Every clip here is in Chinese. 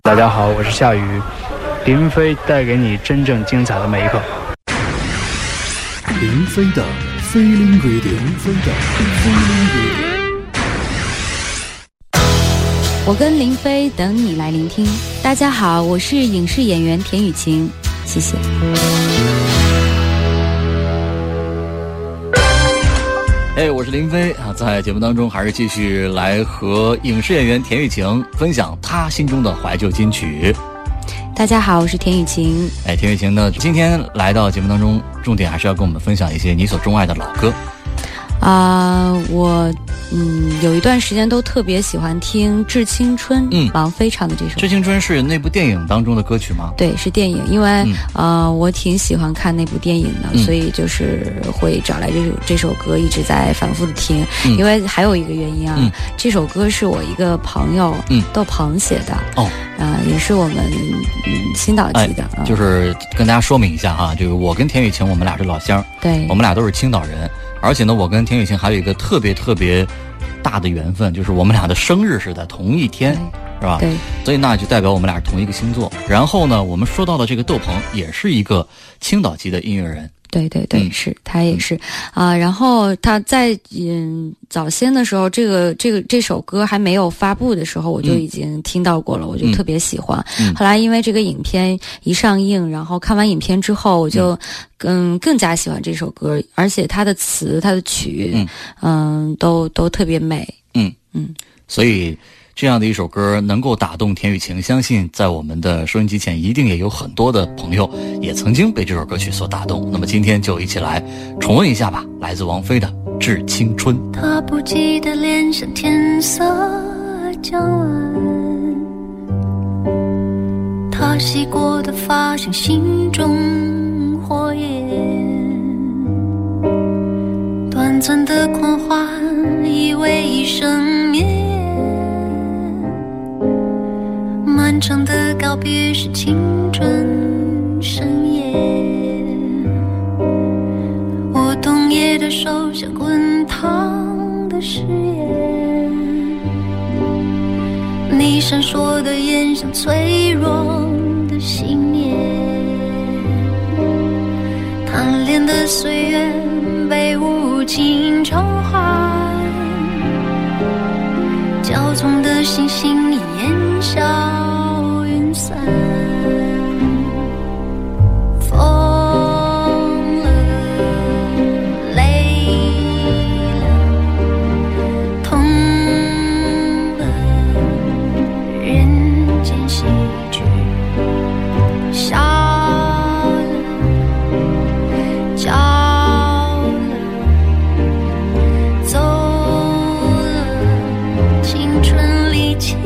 大家好，我是夏雨，林飞带给你真正精彩的每一刻。 林飞的飞林 radio， 我跟林飞等你来聆听。大家好，我是影视演员田雨晴，谢谢。 我是林飞啊，在节目当中还是继续来和影视演员田雨晴分享她心中的怀旧金曲。 大家好，我是田雨晴。 田雨晴呢，今天来到节目当中，重点还是要跟我们分享一些你所钟爱的老歌。 我有一段时间都特别喜欢听《致青春》，王菲唱的这首。《 致青春》是那部电影当中的歌曲吗？ 对，是电影，因为我挺喜欢看那部电影的，所以就是会找来这首歌一直在反复的听。因为还有一个原因啊，这首歌是我一个朋友窦鹏写的也是我们青岛籍的。 就是跟大家说明一下哈，这个我跟田雨晴我们俩是老乡， 对， 我们俩都是青岛人。而且呢，我跟田雨晴还有一个特别大的缘分，就是我们俩的生日是在同一天，是吧？ 对，所以那就代表我们俩是同一个星座。然后呢，我们说到的这个窦鹏也是一个青岛籍的音乐人。 对对对，是他也是然后他在早先的时候，这首歌还没有发布的时候，我就已经听到过了，我就特别喜欢。后来因为这个影片一上映，然后看完影片之后，我就更加喜欢这首歌，而且他的词、他的曲，都特别美。 所以这样的一首歌能够打动田雨晴，相信在我们的收音机前一定也有很多的朋友也曾经被这首歌曲所打动。那么今天就一起来重温一下吧，来自王菲的《致青春》。 他不羁的脸像天色将晚，他洗过的发像心中火焰，短暂的狂欢以为一生灭，漫长的告别是青春深夜，我冬夜的手像滚烫的誓言，你闪烁的眼像脆弱的信念，贪恋的岁月被无情偿还，骄纵的星星你烟消云散，疯了，累了，痛了，人间喜剧，笑了，骄了，走了，青春离奇。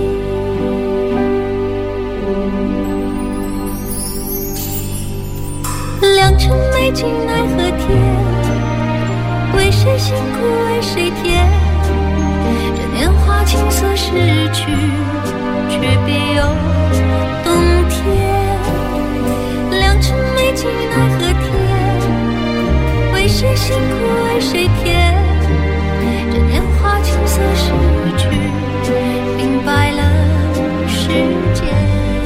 良辰美景奈何天，为谁辛苦为谁甜，这年华青涩逝去，却别有冬天。良辰美景奈何天，为谁辛苦为谁甜，这年华青涩逝去，明白了世间。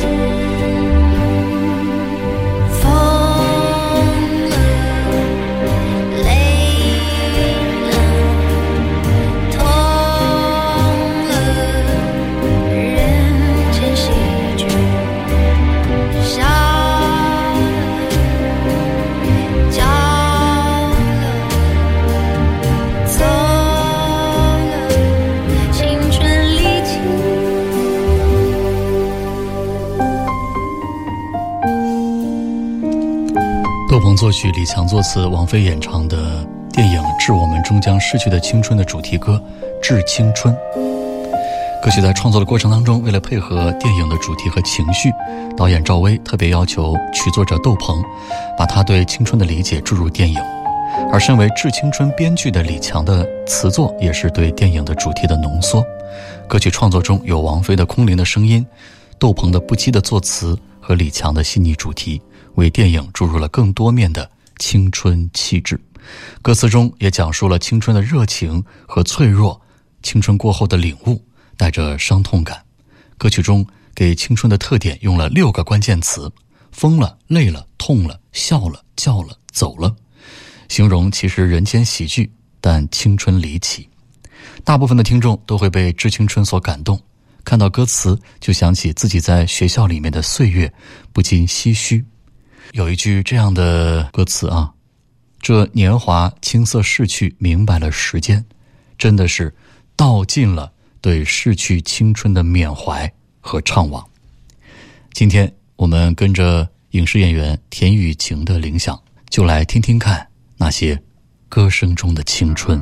窦鹏作曲，李强作词，王菲演唱的电影《致我们终将逝去的青春》的主题歌《致青春》。歌曲在创作的过程当中，为了配合电影的主题和情绪，导演赵薇特别要求曲作者窦鹏把他对青春的理解注入电影，而身为《致青春》编剧的李强的词作也是对电影的主题的浓缩。歌曲创作中有王菲的空灵的声音，窦鹏的不羁的作词和李强的细腻主题，为电影注入了更多面的青春气质。歌词中也讲述了青春的热情和脆弱，青春过后的领悟，带着伤痛感。歌曲中给青春的特点用了6个关键词：疯了、累了、痛了、笑了、叫了、走了，形容其实人间喜剧，但青春离奇。大部分的听众都会被《致青春》所感动，看到歌词就想起自己在学校里面的岁月，不禁唏嘘。有一句这样的歌词啊，这年华青涩逝去，明白了时间，真的是道尽了对逝去青春的缅怀和怅惘。今天我们跟着影视演员田雨晴的铃响，就来听听看那些歌声中的青春。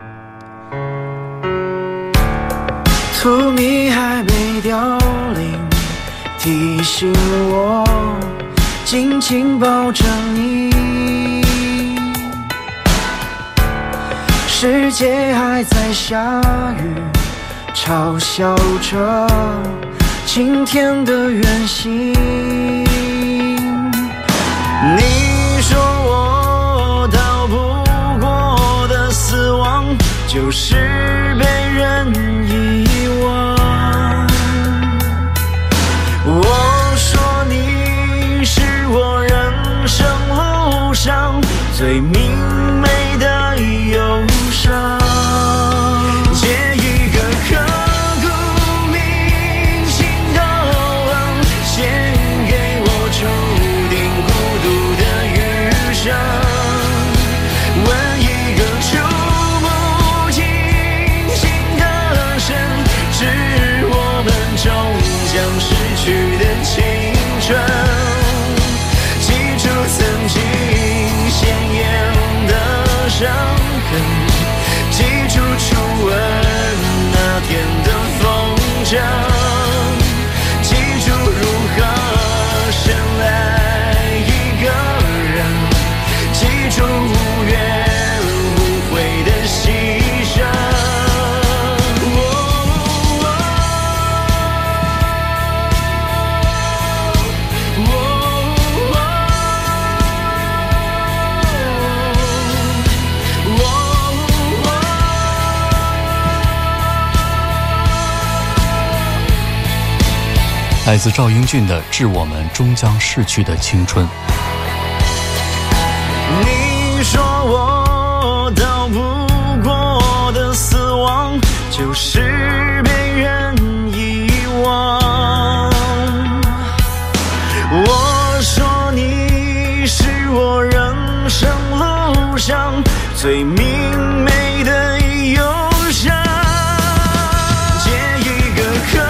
图你还没凋零，提醒我紧紧抱着你，世界还在下雨，嘲笑着今天的远行。你说我逃不过的死亡，就是被人遗忘。我说你是我人生路上最明媚的忧伤。借一个刻骨铭心的吻，献给我注定孤独的余生。吻一个触目惊心的深，致我们终将逝去的青春。记住曾经鲜艳的伤痕，记住初吻那天的风筝，记住如何深爱一个人，记住无怨无悔的牺牲。 来自赵英俊的《致我们终将逝去的青春》。 你说我逃不过的死亡，就是被人遗忘。我说你是我人生路上最明媚的忧伤。借一个刻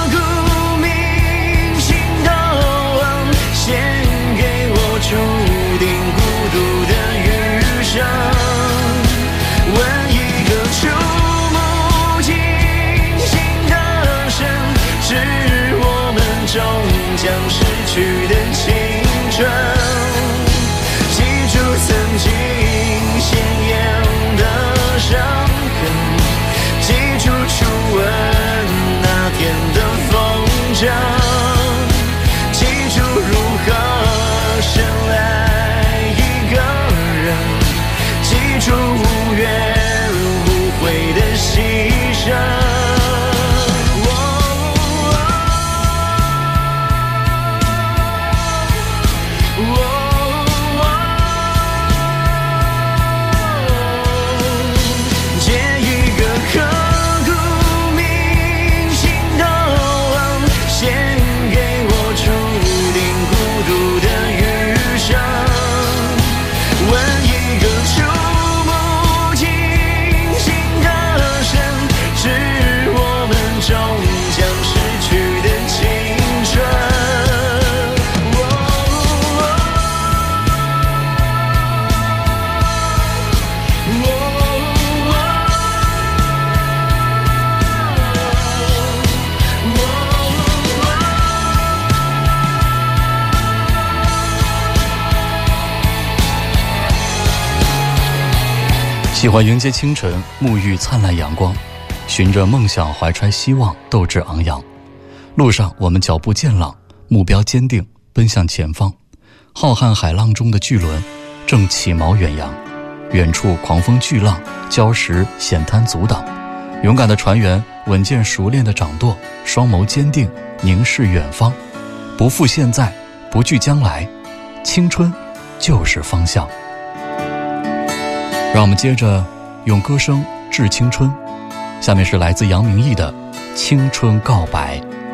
注定孤独的余生。吻一个触目惊心的深，致我们终将逝去的青春。记住曾经鲜艳的伤痕，记住初吻那天的风筝，记住如何深爱一个人，记住无怨无悔的牺牲。借一个刻骨铭心的吻，献给我注定孤独的余生。吻一个触目惊心的深，致我们终将逝去的青春。 喜欢迎接清晨，沐浴灿烂阳光，循着梦想怀揣希望，斗志昂扬。路上我们脚步健朗，目标坚定，奔向前方。浩瀚海浪中的巨轮正起锚远洋，远处狂风巨浪，礁石险滩阻挡。勇敢的船员稳健熟练的掌舵，双眸坚定， 凝视远方，不负现在，不惧将来，青春就是方向。让我们接着用歌声致青春，下面是来自杨明义的《青春告白》。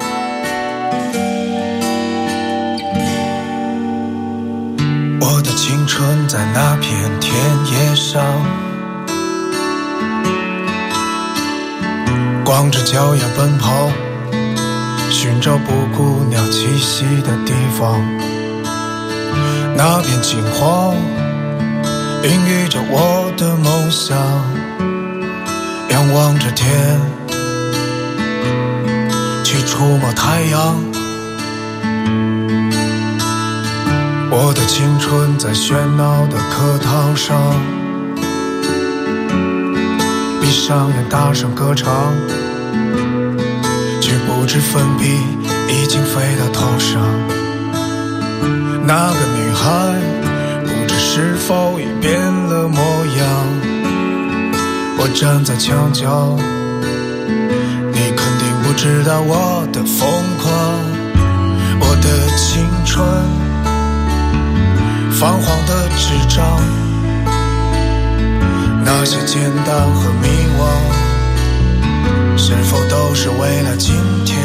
我的青春在那片田野上，光着脚丫奔跑，寻找布谷鸟栖息的地方。那片金黄孕育着我的梦想，仰望着天，去触摸太阳。我的青春在喧闹的课堂上，闭上眼大声歌唱，却不知粉笔已经飞到头上。那个女孩不知是否已变了模样，我站在墙角，你肯定不知道我的疯狂。我的青春泛黄的纸张，那些简单和迷惘，是否都是为了今天？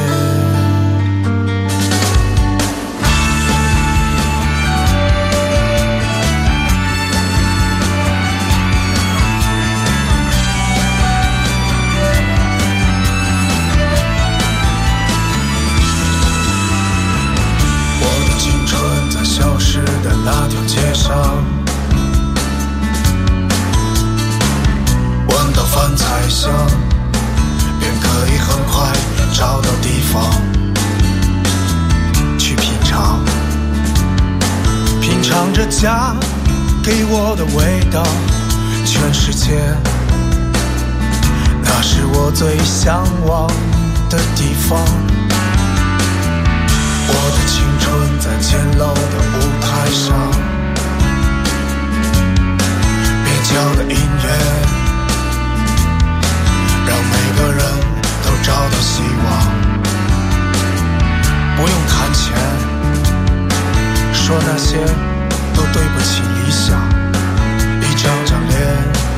我的青春在消失的那条街上，闻到饭菜香，便可以很快找到地方去品尝，品尝着家给我的味道。全世界，那是我最向往的地方。我的青春在简陋的舞台上，蹩脚的音乐让每个人都找到希望。不用谈钱，说那些都对不起理想。一张张脸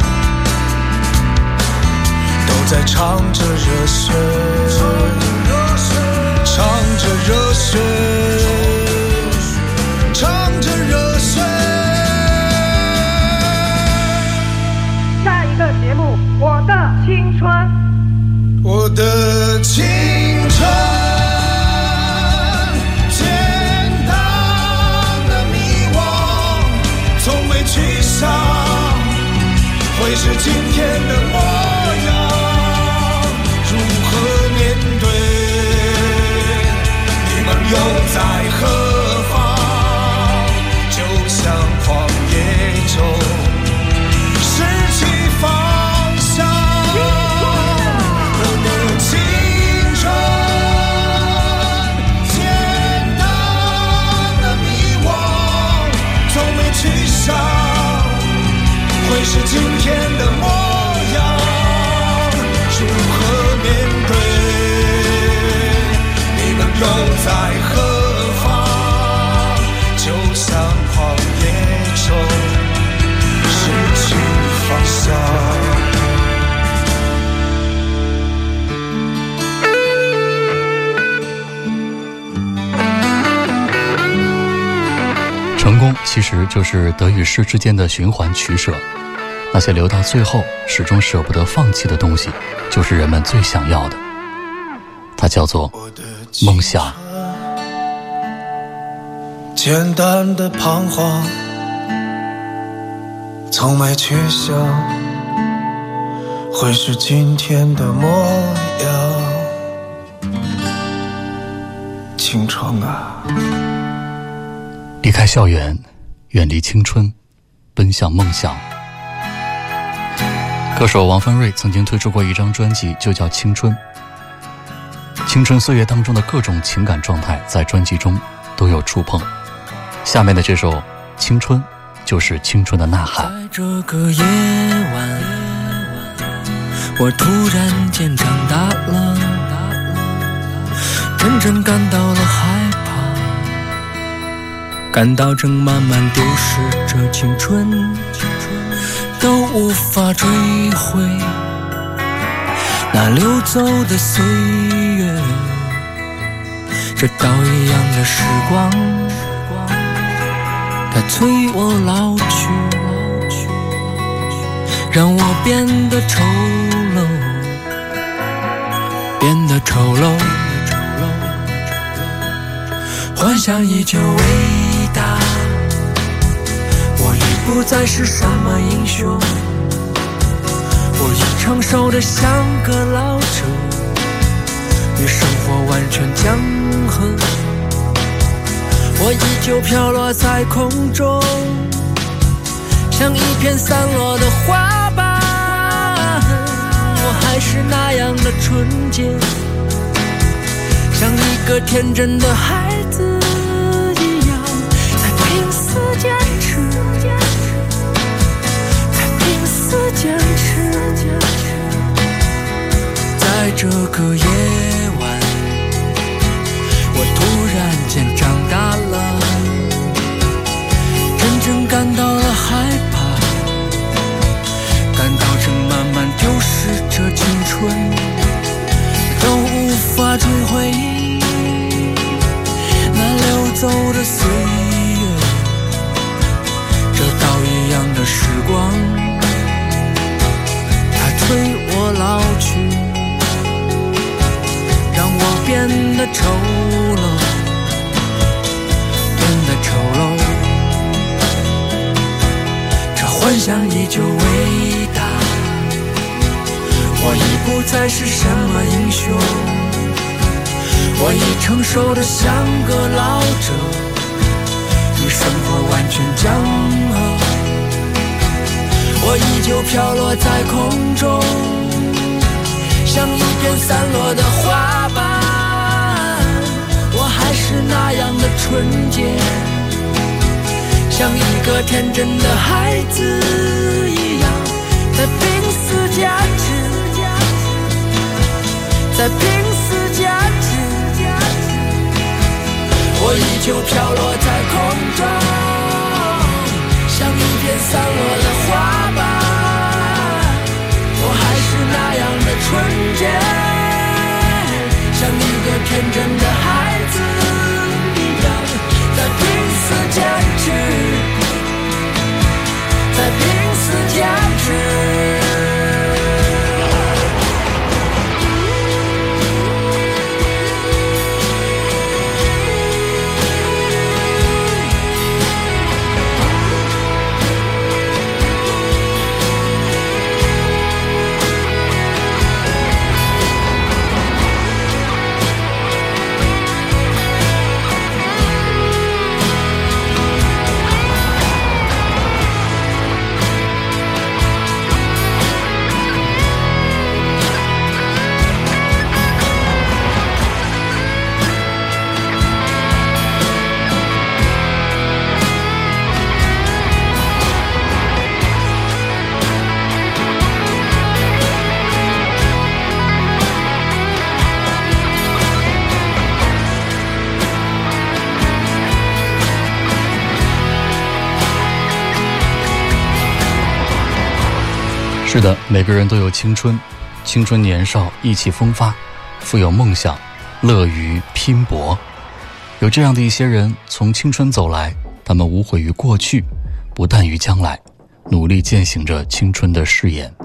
都在唱着热血，唱着热血，唱着热血。 下一个节目，我的青春。 我的青春，简单的迷惘，从未去想会是今天的模样。如何面对？你们又在何方？就像狂野中失去方向。我的青春，简单的迷惘，从没去想会是今天的模样。如何面对？你们又在何方？就像狂野中失去方向。 成功其实就是得与失之间的循环取舍，那些留到最后始终舍不得放弃的东西，就是人们最想要的。它叫做梦想。 简单的彷徨，从没去想会是今天的模样。青春啊， 离开校园，远离青春，奔向梦想。歌手王芬瑞曾经推出过一张专辑，就叫《青春》。青春岁月当中的各种情感状态在专辑中都有触碰。下面的这首《青春》就是青春的呐喊。 在这个夜晚，我突然间长大了， 真正感到了害怕，感到正慢慢丢失着青春，都无法追回那流走的岁月。这刀一样的时光，它催我老去，让我变得丑陋，变得丑陋。幻想依旧伟大，我已不再是什么英雄，我已成熟的像个老者，与生活完全僵和。我依旧飘落在空中，像一片散落的花瓣，我还是那样的纯洁，像一个天真的孩子一样，在拼死坚持，在拼死坚持。在这个夜晚，我突然间长大了，真正感到了害怕，感到正慢慢丢失着青春，都无法追回那流走的岁月。这刀一样的时光，它催我老去，让我变得丑陋，变得丑陋。这幻想依旧伟大，我已不再是什么英雄，我已成熟的像个老者，与生活完全僵和。我依旧飘落在空中，像一片散落的花瓣，我还是那样的纯洁，像一个天真的孩子一样，在拼死坚持，在拼死坚持。我依旧飘落在空中，像一片散落的花瓣，我还是那样的纯洁，像一个天真的孩子一样，在拼死坚持，在拼死坚持。 是的，每个人都有青春，青春年少，意气风发，富有梦想，乐于拼搏。有这样的一些人从青春走来，他们无悔于过去，不惮于将来，努力践行着青春的誓言。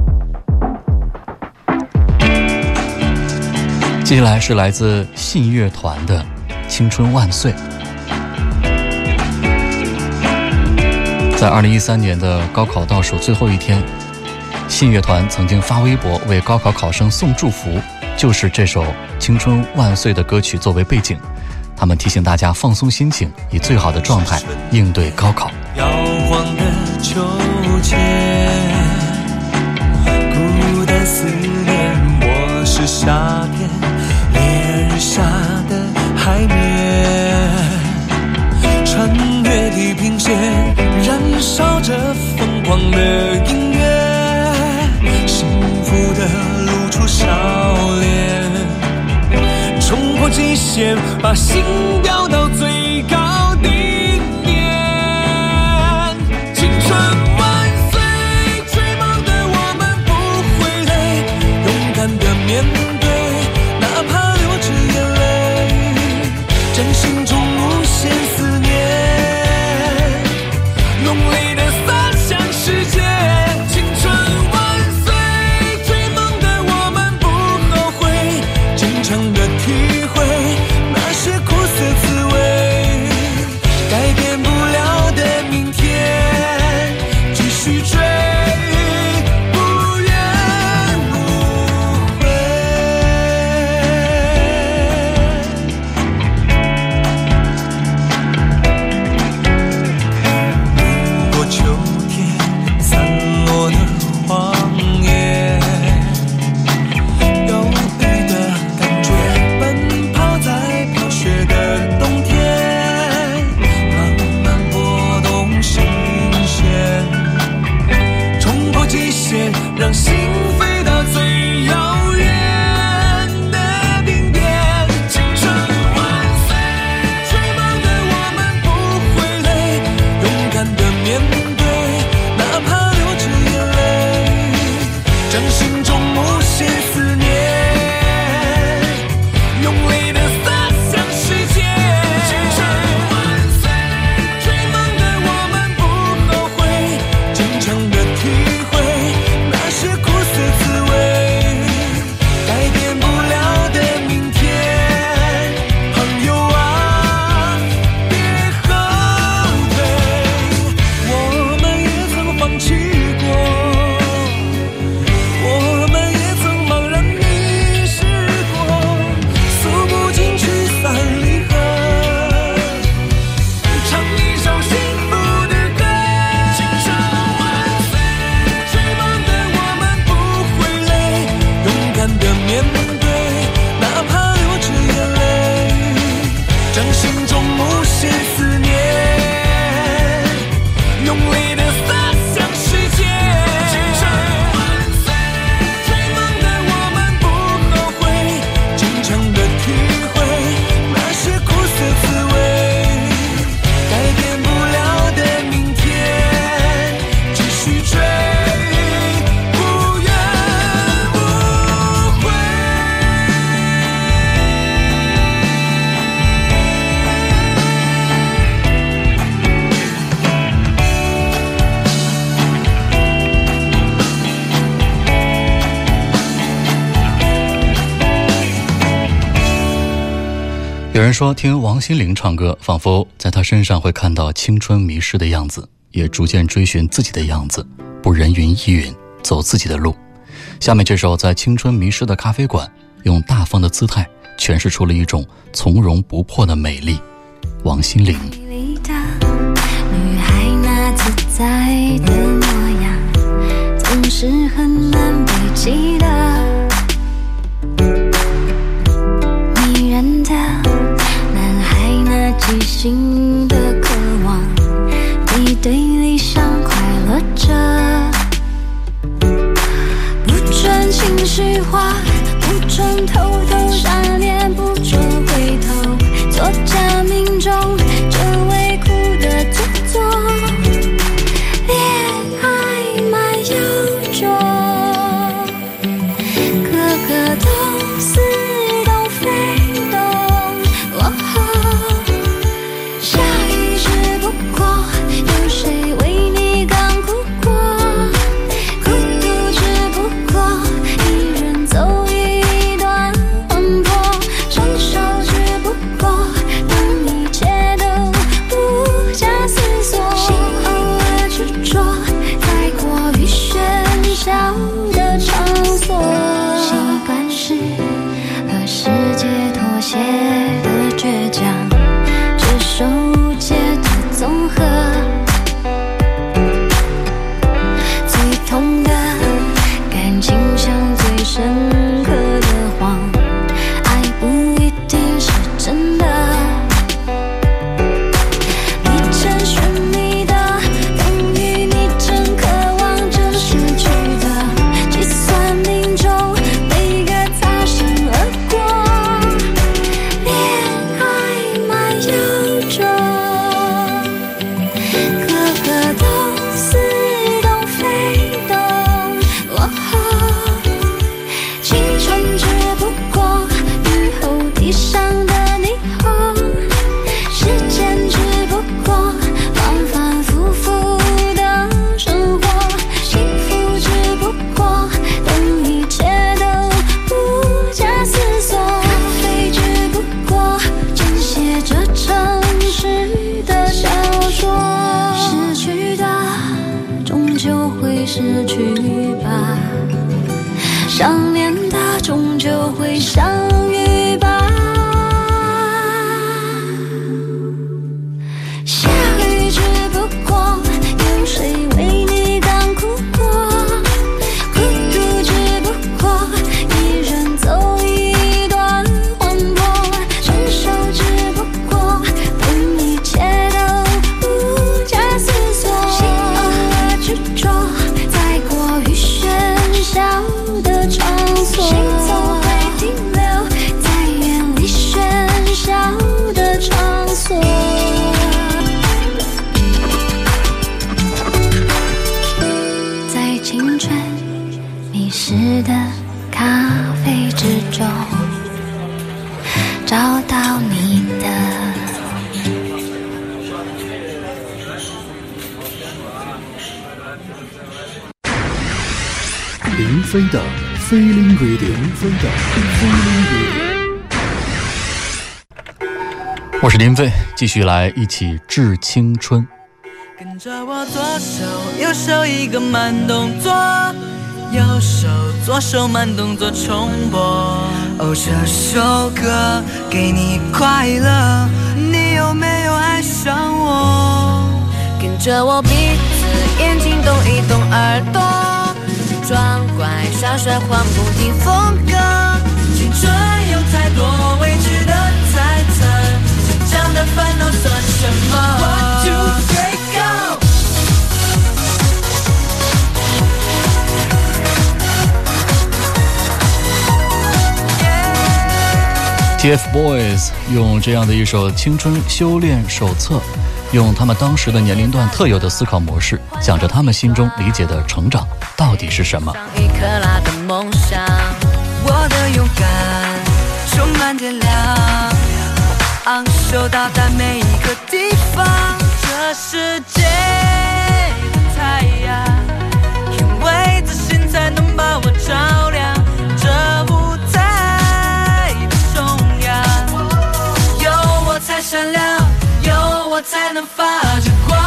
接下来是来自信乐团的《青春万岁》。在2013年的高考倒数最后一天，信乐团曾经发微博为高考考生送祝福，就是这首《青春万岁》的歌曲作为背景。他们提醒大家放松心情，以最好的状态应对高考。 摇晃的秋千，孤单思念，我是夏天，烈日下的海面，穿越地平线，燃烧着疯狂的音乐，幸福的露出笑脸，冲破极线，把心飙到最高顶点。青春万岁，追梦的我们不会累，勇敢的面对，哪怕流着眼泪，真心中无限思念，用力的洒向世界。青春万岁，追梦的我们不后悔，真诚的体会那些苦涩滋味，改变不了的明天，继续追，不怨不悔。如果秋天散落的黄叶，忧郁的感觉，奔跑在飘雪的冬天，慢慢拨动心弦，冲破极限，让心飞到最遥远的顶点。青春万岁，追梦的我们不会累，勇敢的面对，哪怕流着眼泪，将心中无限思念，用力的洒向世界。青春万岁，追梦的我们不后悔，真诚的体会那些苦涩滋味，改变不了的明天。朋友啊，别后退，我们也曾放弃过，我们也曾茫然迷失过，诉不尽聚散离合，唱一首幸福的歌。青春万岁，追梦的我们不会累，勇敢的面对，哪怕流着眼泪，将心中无限思念，用力的洒向世界。青春万岁，追梦的我们不后悔，真诚的体会那些苦涩滋味，改变不了的明天，继续追，不怨不悔。 有人说听王心凌唱歌，仿佛在她身上会看到青春迷失的样子，也逐渐追寻自己的样子，不人云亦云，走自己的路。下面这首在青春迷失的咖啡馆，用大方的姿态诠释出了一种从容不迫的美丽。王心凌。 美丽的女孩那自在的模样，总是很难被记得。迷人的男孩那即兴的渴望，背对理想快乐着，不准情绪化，不准偷偷傻脸，不准回头，做假命中这为苦的做作，恋爱蛮有种，个个都似懂非懂，下雨只不过有谁为你刚哭过，孤独只不过一人走一段。 实的小说，失去的终究会失去吧，想念的终究会相遇吧。下雨只不过有谁为你刚哭过，孤独只不过一人走一段魂魄，承受只不过等一切都无加思索，心和执着在过于喧嚣的场所，行走会停留在远离喧嚣的场所。在青春迷失的咖啡之中，找到你的。 林飞的菲林 radio， 我是林飞，继续来一起致青春。 跟着我左手右手一个慢动作，右手左手慢动作重播。哦，这首歌给你快乐，你有没有爱上我？跟着我鼻子眼睛动一动耳朵，装乖耍帅换不停风格，青春有太多未知的猜测，成长的烦恼算什么 ？One two three go。 TFBOYS 用这样的一首青春修炼手册，用他们当时的年龄段特有的思考模式，讲着他们心中理解的成长到底是什么。 一克拉的梦想，我的勇敢充满电量，昂首到达每一个地方，这世界的太阳，因为自信才能把我照亮，这舞台的中央，有我才闪亮，有我才能发着光。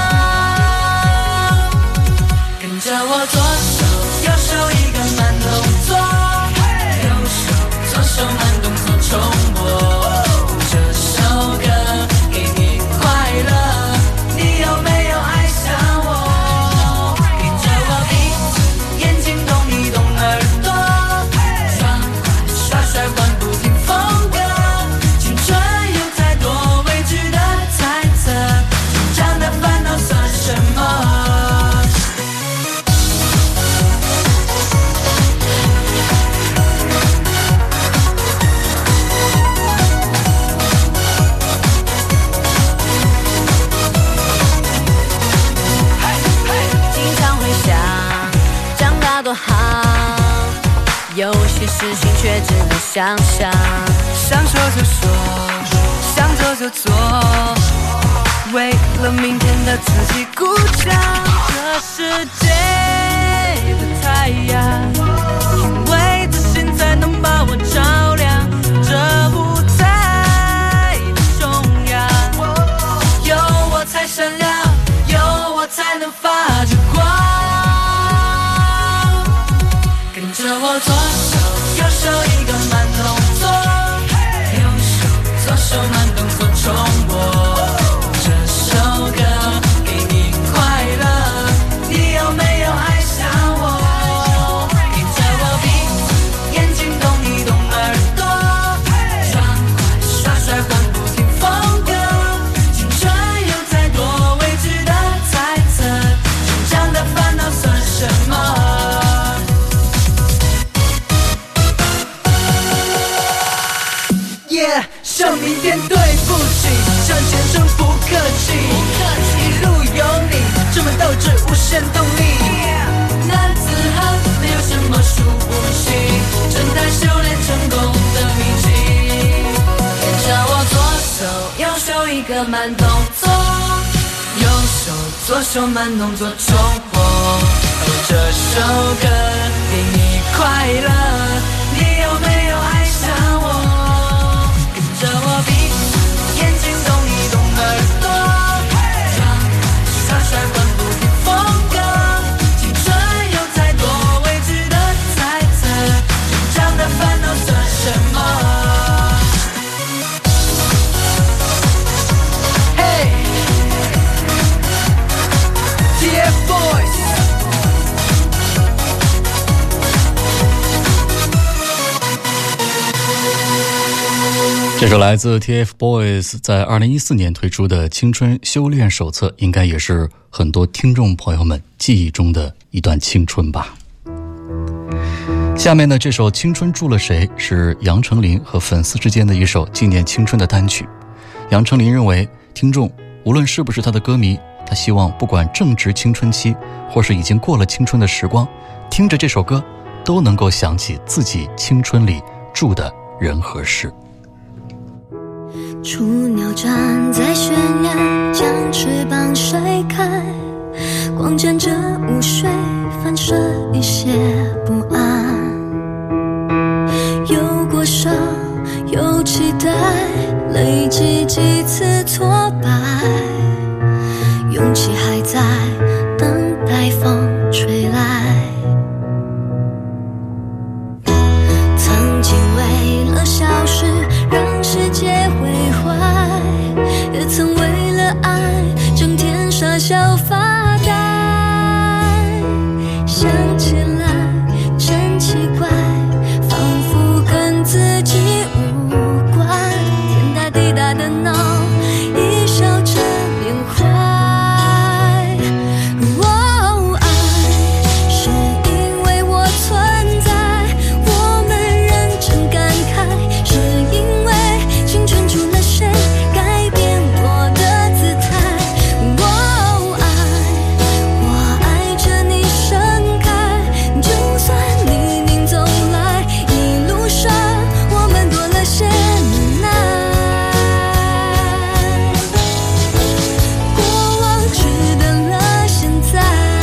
跟着我左手右手一个慢动作，右手左手慢动作重播。这首歌给你快乐，你有没有爱上我？跟着我鼻子眼睛动一动耳朵，装乖耍帅换不停风格，青春有太多未知的猜测，成长的烦恼算什么？有些事情却只能想象，想说就说，想做就做，为了明天的自己鼓掌。这世界的太阳，因为自信才能把我照亮，这舞台的中央，有我才闪亮，有我才能发着光。跟着我左手右手一个慢动作，右手左手慢动作重播。这首歌给你快乐，你有没有爱上我？跟着我鼻子眼睛动一动耳朵，装乖耍帅换不停风格，青春有太多未知的猜测，成长的烦恼算什么？向明天对不起，向前程不客气，一路有你，充满斗志，无限动力。男子汉没有什么输不起，正在修炼成功的秘籍。跟着我左手右手一个慢动作，右手左手慢动作重播。哦，这首歌给你快乐，你有没有爱上我？着我鼻子眼睛动一动这首来自 TFBOYS 在2014年推出的青春修炼手册，应该也是很多听众朋友们记忆中的一段青春吧。下面的这首《青春住了谁》是杨丞琳和粉丝之间的一首纪念青春的单曲。杨丞琳认为，听众无论是不是他的歌迷，他希望不管正值青春期或是已经过了青春的时光，听着这首歌都能够想起自己青春里住的人和事。 雏鸟站在悬崖，将翅膀甩开，光沾着雾水，反射一些不安。有过伤，有期待，累积几次挫败，勇气还在等待风吹来。曾经为了小事让世界毁坏，也曾为了爱整天傻笑发呆。想起来真奇怪，仿佛跟自己无关，天大地大的闹，一笑着缅怀。爱是因为我存在，我们认真感慨，是因为青春住了谁，改变我的姿态。我爱着你盛开，就算黎明走来，一路上我们多了些能耐。过往值得了现在。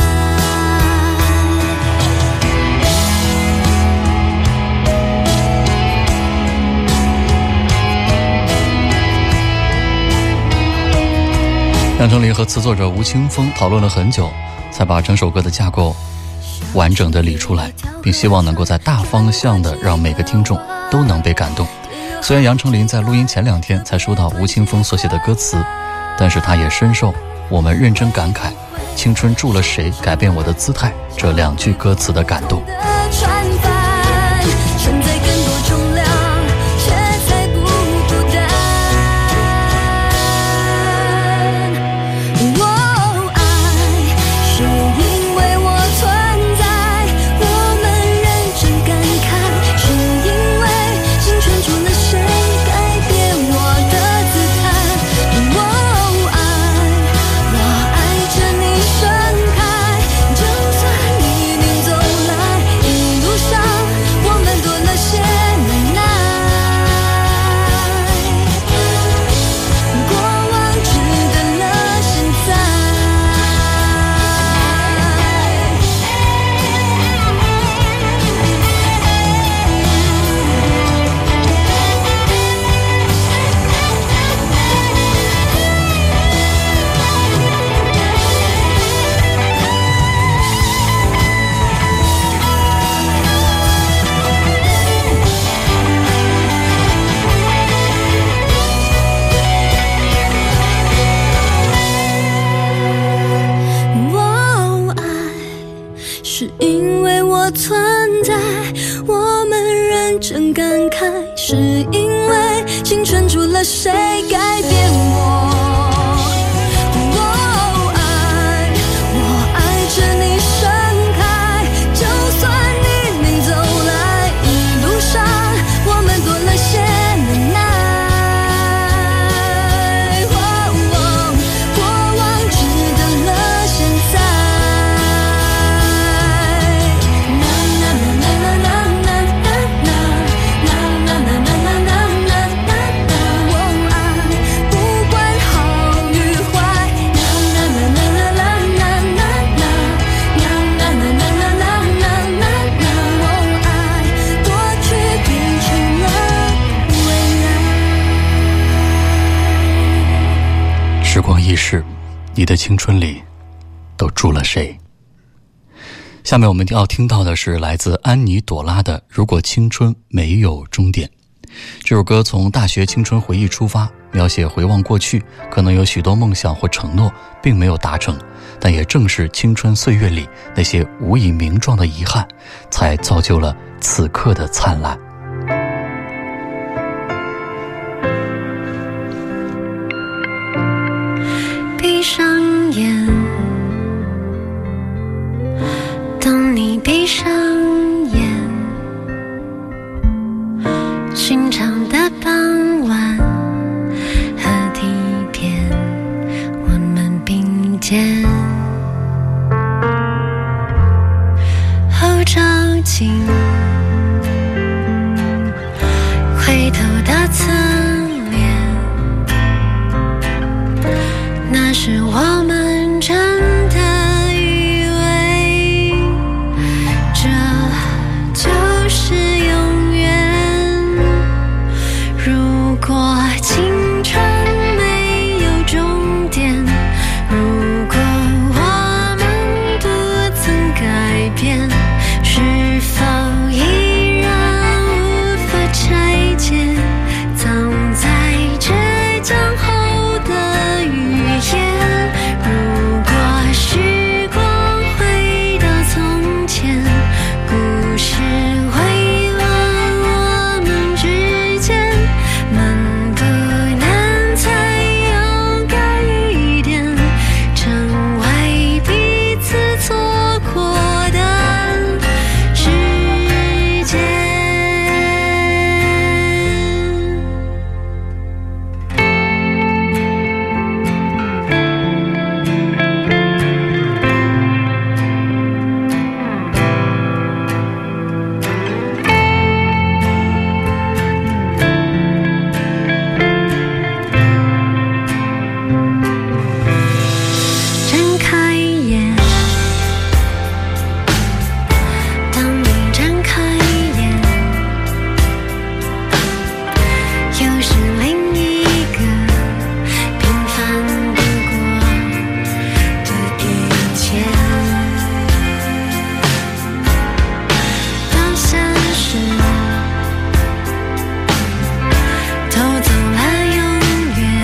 杨丞琳和词作者吴青峰讨论了很久，才把整首歌的架构完整的理出来，并希望能够在大方向的让每个听众都能被感动。虽然杨丞琳在录音前2天才收到吴青峰所写的歌词，但是他也深受我们认真感慨青春住了谁，改变我的姿态这2句歌词的感动。 船帆承载更多重量，却载不孤单。爱是因为我存在，我们认真感慨，是因为青春住了谁，改变我的姿态。我爱着你盛开，就算黎明走来，一路上我们多了些能耐。过往值得了现在。爱是因为我存在，我们认真感慨，是因为青春住了谁，改变我。我爱着你盛开，就算黎明走来，一路上我们多了些能耐。过往值得了现在。不管好与坏，过去变成了未来。 时光易逝，你的青春里都住了谁？下面我们要听到的是来自安妮朵拉的《如果青春没有终点》。这首歌从大学青春回忆出发，描写回望过去，可能有许多梦想或承诺并没有达成，但也正是青春岁月里那些无以名状的遗憾，才造就了此刻的灿烂。 眼，当你闭上眼，寻常的傍晚和地边，我们并肩，后照镜，回头的侧脸，那是我们真的以为这就是永远。如果青春没有终点，如果我们不曾改变，是否依然无法拆解藏在倔强后的语言？如果时光回到从前，故事回落我们之间，能不能再勇敢一点，成为彼此错过的时间？睁开眼，当你睁开眼，又是另一个平凡不过的一天。当现实偷走了永远，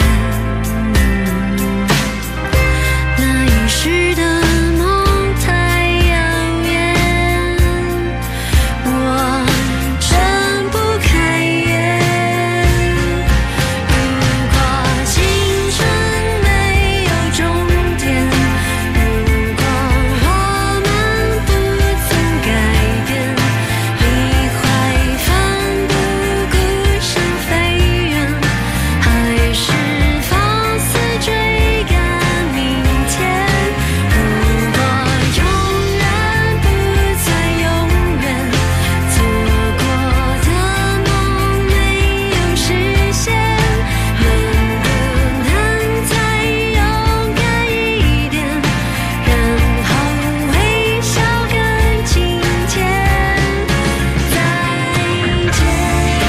那一时的梦太遥远，我睁不开眼。如果青春没有终点，如果我们不曾改变，你会奋不顾身飞远，还是放肆追赶明天？如果永远不再永远，做过的梦没有实现，能不能再勇敢一点，然后微笑跟今天再见？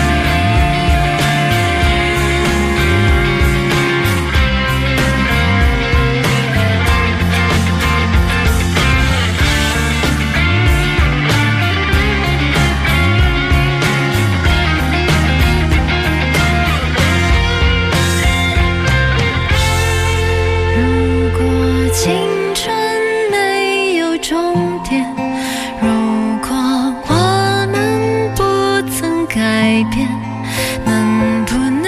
如果青春没有终点，如果我们不曾改变，能不能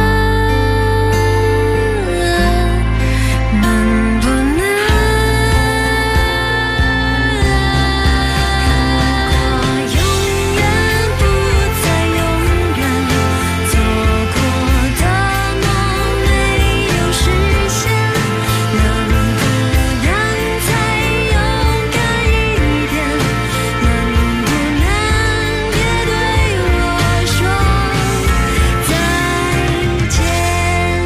如果永远不再永远，做过的梦没有实现，能不能再勇敢一点？能不能别对我说再见？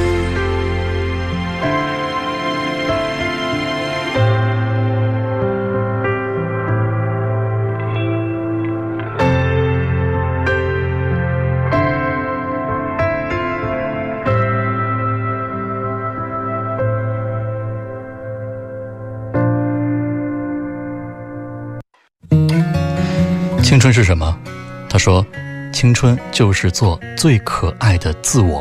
青春是什么？他说，青春就是做最可爱的自我。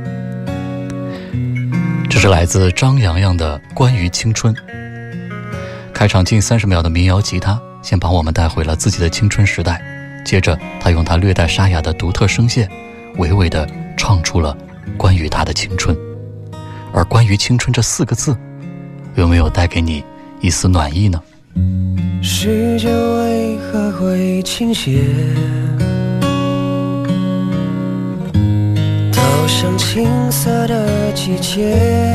这是来自张阳阳的关于青春。开场近30秒的民谣吉他，先把我们带回了自己的青春时代。接着，他用他略带沙哑的独特声线，娓娓地唱出了关于他的青春。而关于青春这4个字， 有没有带给你一丝暖意呢？ 时间为何会倾斜，投向青涩的季节？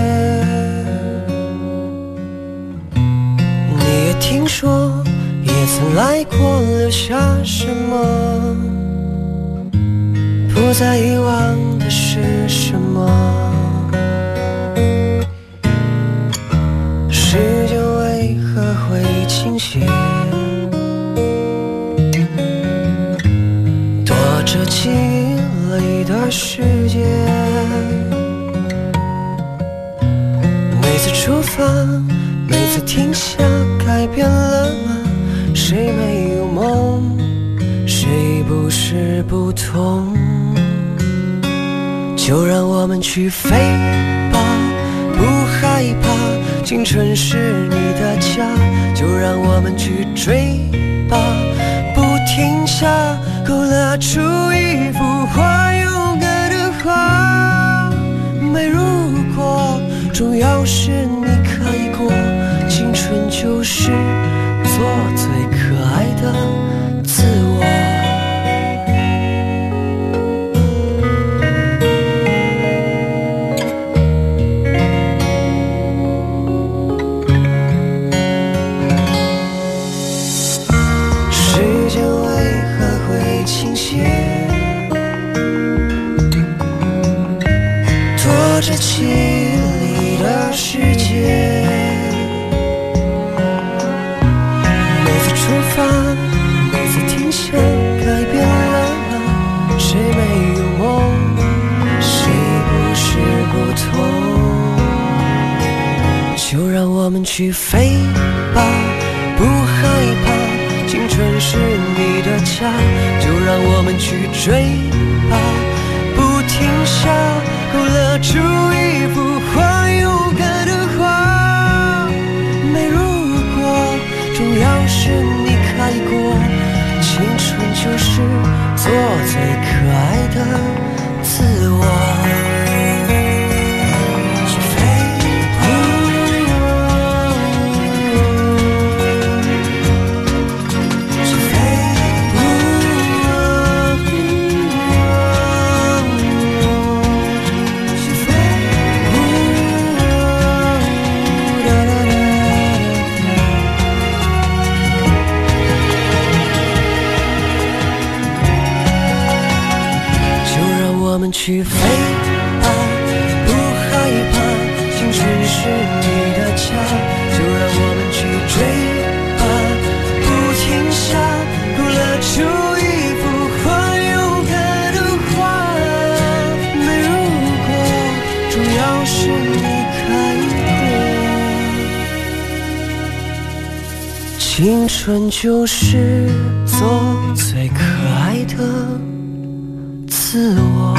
你也听说，也曾来过，留下什么？不再遗忘的是什么？时间为何会倾斜，躲着记忆里的世界？每次出发，每次停下，改变了吗？谁没有梦？谁不是不同？就让我们去飞吧，不害怕，青春是你的家。就让我们去追吧，不停下，勾勒出一幅画，勇敢的画。没如果，重要是你可以过。青春就是做最可爱的自我。躲着记忆里的世界，每次出发，每次停下，改变了吗？谁没有梦？谁不是不同？就让我们去飞吧，不害怕，青春是你的家。就让我们去追吧，不停下，勾勒出一幅画，勇敢的画。没如果，重要是你开过。青春就是做最可爱的自我。去飞吧，不害怕，青春是你的家。就让我们去追吧，不停下，勾勒出一幅画，勇敢的画。没如果，重要是你开过。青春就是做最可爱的自我。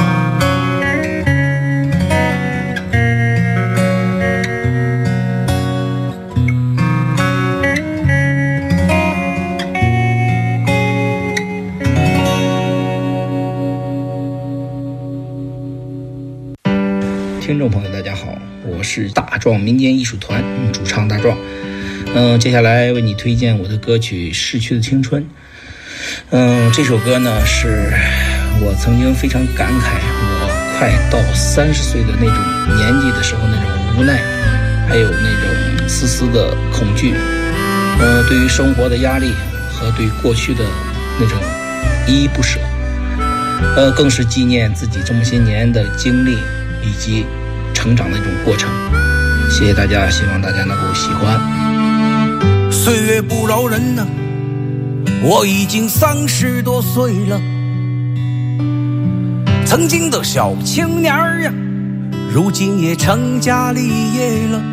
听众朋友大家好，我是大壮民间艺术团主唱大壮。接下来为你推荐我的歌曲《逝去的青春》。这首歌呢是我曾经非常感慨，我快到30岁的那种年纪的时候，那种无奈，还有那种丝丝的恐惧，对于生活的压力和对过去的那种依依不舍，更是纪念自己这么些年的经历以及成长的一种过程。谢谢大家，希望大家能够喜欢。 岁月不饶人啊，我已经30多岁了。曾经的小青年啊，如今也成家立业了。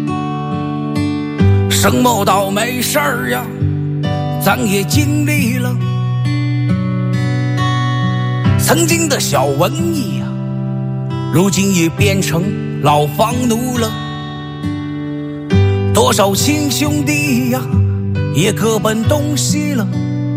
什么倒霉事儿啊，咱也经历了。曾经的小文艺啊，如今也变成老房奴了。多少亲兄弟呀，也各奔东西了。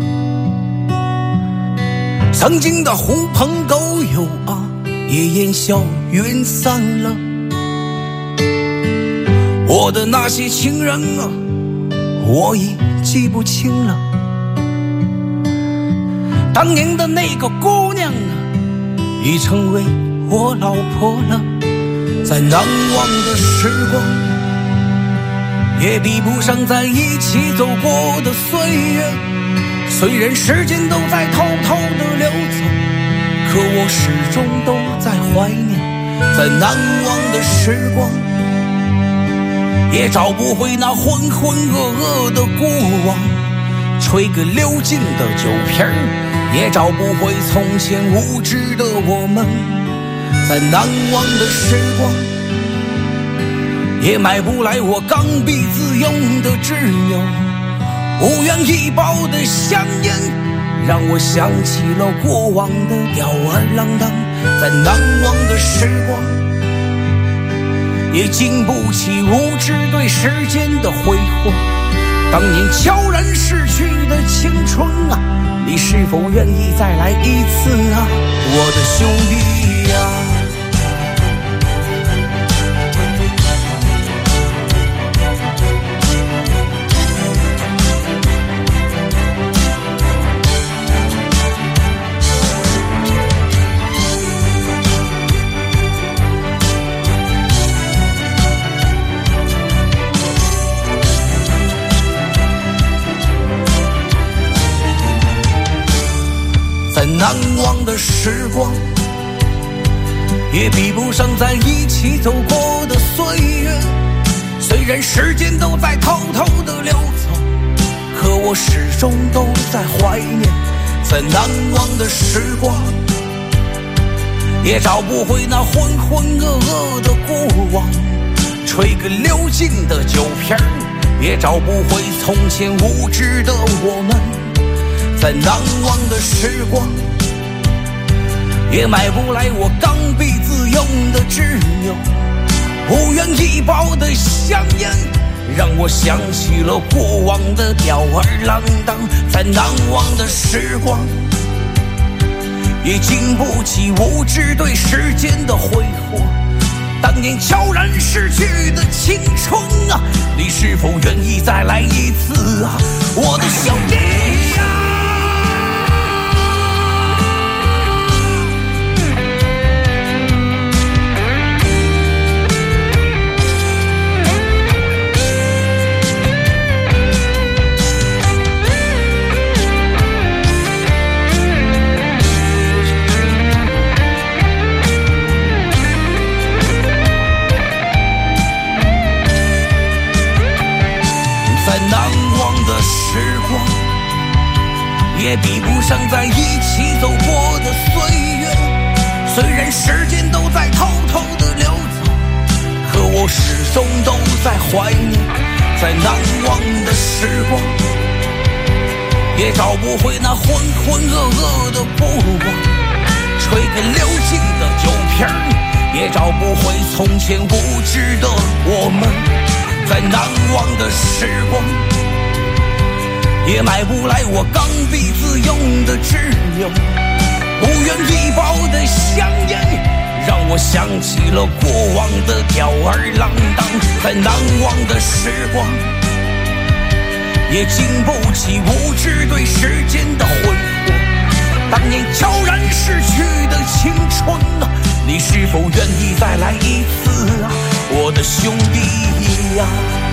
曾经的狐朋狗友啊，也烟消云散了。我我的那些情人啊，我已记不清了。当年的那个姑娘啊，已成为我老婆了。再难忘的时光，也比不上在一起走过的岁月。虽然时间都在偷偷的流走，可我始终都在怀念。再难忘的时光，也找不回那浑浑噩噩的过往。吹个流尽的酒瓶，也找不回从前无知的我们。再难忘的时光，也买不来我刚愎自用的执拗。无缘一包的香烟，让我想起了过往的吊儿郎当。再难忘的时光，也经不起无知对时间的挥霍。当年悄然逝去的青春啊，你是否愿意再来一次啊，我的兄弟呀？难忘的时光，也比不上在一起走过的岁月。虽然时间都在偷偷的流走，可我始终都在怀念。再难忘的时光，也找不回那浑浑噩噩的过往。吹个流尽的酒瓶，也找不回从前无知的我们。再难忘的时光，也买不来我刚愎自用的执拗。无缘一包的香烟，让我想起了过往的吊儿郎当。再难忘的时光，也经不起无知对时间的挥霍。当年悄然逝去的青春啊，你是否愿意再来一次啊，我的兄弟呀？也比不上在一起走过的岁月。虽然时间都在偷偷的流走，可我始终都在怀念。在难忘的时光，也找不回那浑浑噩噩的过往。吹个流尽的酒瓶，也找不回从前无知的我们。在难忘的时光，也买不来我刚愎自用的执拗。无缘一包的香烟，让我想起了过往的吊儿郎当。在难忘的时光，也经不起无知对时间的挥霍。当年悄然逝去的青春啊，你是否愿意再来一次啊，我的兄弟呀？